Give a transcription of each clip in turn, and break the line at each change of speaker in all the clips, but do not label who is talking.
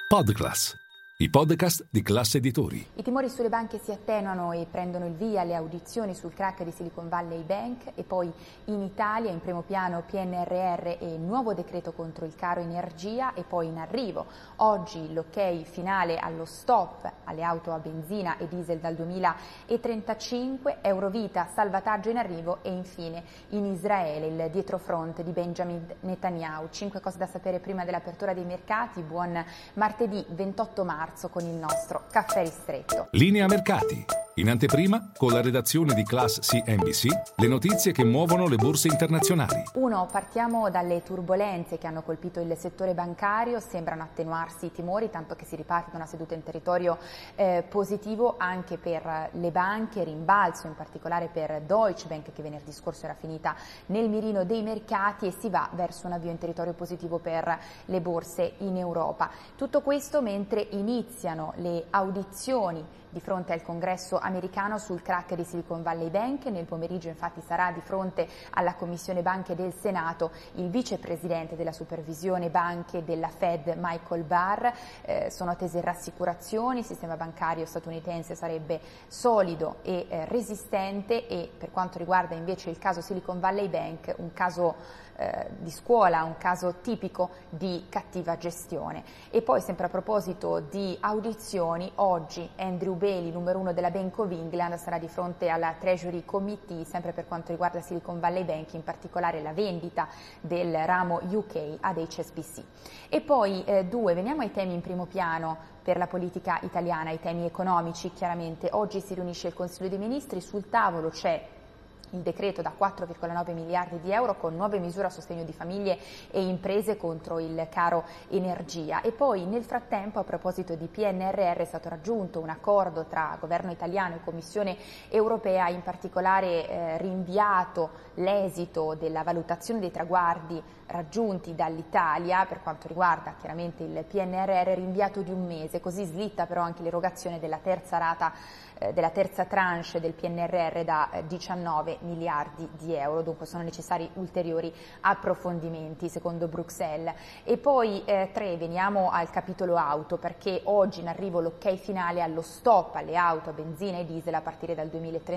Podclass, i podcast di Class Editori.
I timori sulle banche si attenuano e prendono il via le audizioni sul crack di Silicon Valley Bank e poi in Italia in primo piano PNRR e nuovo decreto contro il caro energia e poi in arrivo oggi l'ok finale allo stop alle auto a benzina e diesel dal 2035, Eurovita salvataggio in arrivo e infine in Israele il dietrofront di Benjamin Netanyahu. 5 cose da sapere prima dell'apertura dei mercati. Buon martedì 28 marzo con il nostro caffè ristretto.
Linea mercati. In anteprima, con la redazione di Class CNBC, le notizie che muovono le borse internazionali.
Partiamo dalle turbolenze che hanno colpito il settore bancario. Sembrano attenuarsi i timori, tanto che si riparte da una seduta in territorio positivo anche per le banche, rimbalzo in particolare per Deutsche Bank che venerdì scorso era finita nel mirino dei mercati e si va verso un avvio in territorio positivo per le borse in Europa. Tutto questo mentre iniziano le audizioni di fronte al congresso americano sul crack di Silicon Valley Bank. Nel pomeriggio infatti sarà di fronte alla Commissione Banche del Senato il vicepresidente della supervisione banche della Fed Michael Barr. Sono attese rassicurazioni, il sistema bancario statunitense sarebbe solido e resistente e per quanto riguarda invece il caso Silicon Valley Bank un caso di scuola, un caso tipico di cattiva gestione. E poi sempre a proposito di audizioni, oggi Andrew Bailey, numero 1 della Bank of England, sarà di fronte alla Treasury Committee sempre per quanto riguarda Silicon Valley Bank, in particolare la vendita del ramo UK ad HSBC. E poi veniamo ai temi in primo piano per la politica italiana, i temi economici. Chiaramente oggi si riunisce il Consiglio dei Ministri, sul tavolo c'è il decreto da 4,9 miliardi di euro con nuove misure a sostegno di famiglie e imprese contro il caro energia. E poi nel frattempo, a proposito di PNRR, è stato raggiunto un accordo tra governo italiano e Commissione europea, in particolare rinviato l'esito della valutazione dei traguardi raggiunti dall'Italia per quanto riguarda chiaramente il PNRR, rinviato di un mese, così slitta però anche l'erogazione della terza rata della terza tranche del PNRR da 19 miliardi di euro, dunque sono necessari ulteriori approfondimenti secondo Bruxelles. E poi veniamo al capitolo auto, perché oggi in arrivo l'ok finale allo stop alle auto a benzina e diesel a partire dal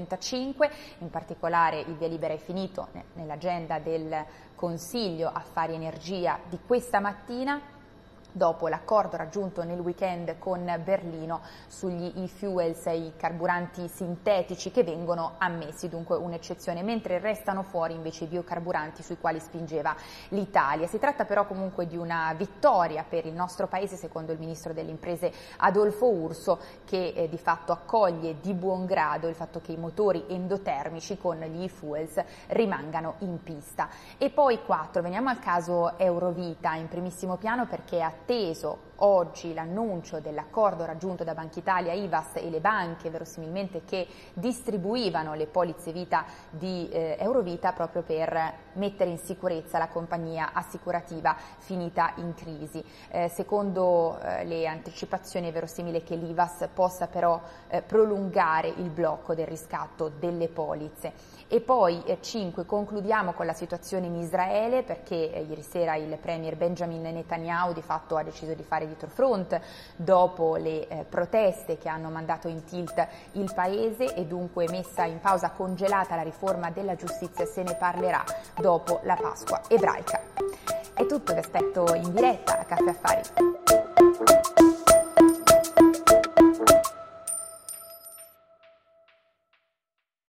2035, in particolare il via libera è finito nell'agenda del Consiglio Affari Energia di questa mattina, dopo l'accordo raggiunto nel weekend con Berlino sugli e-fuels, i carburanti sintetici che vengono ammessi, dunque un'eccezione, mentre restano fuori invece i biocarburanti sui quali spingeva l'Italia. Si tratta però comunque di una vittoria per il nostro Paese, secondo il Ministro delle Imprese Adolfo Urso, che di fatto accoglie di buon grado il fatto che i motori endotermici con gli e-fuels rimangano in pista. E poi veniamo al caso Eurovita, in primissimo piano perché è atteso oggi l'annuncio dell'accordo raggiunto da Banca Italia, Ivass e le banche verosimilmente che distribuivano le polizze vita di Eurovita proprio per mettere in sicurezza la compagnia assicurativa finita in crisi. Secondo le anticipazioni è verosimile che l'Ivass possa però prolungare il blocco del riscatto delle polizze. E poi 5 concludiamo con la situazione in Israele, perché ieri sera il premier Benjamin Netanyahu di fatto ha deciso di fare dietrofront dopo le proteste che hanno mandato in tilt il paese e dunque messa in pausa, congelata la riforma della giustizia, se ne parlerà dopo la Pasqua ebraica. È tutto, vi aspetto in diretta a Caffè Affari.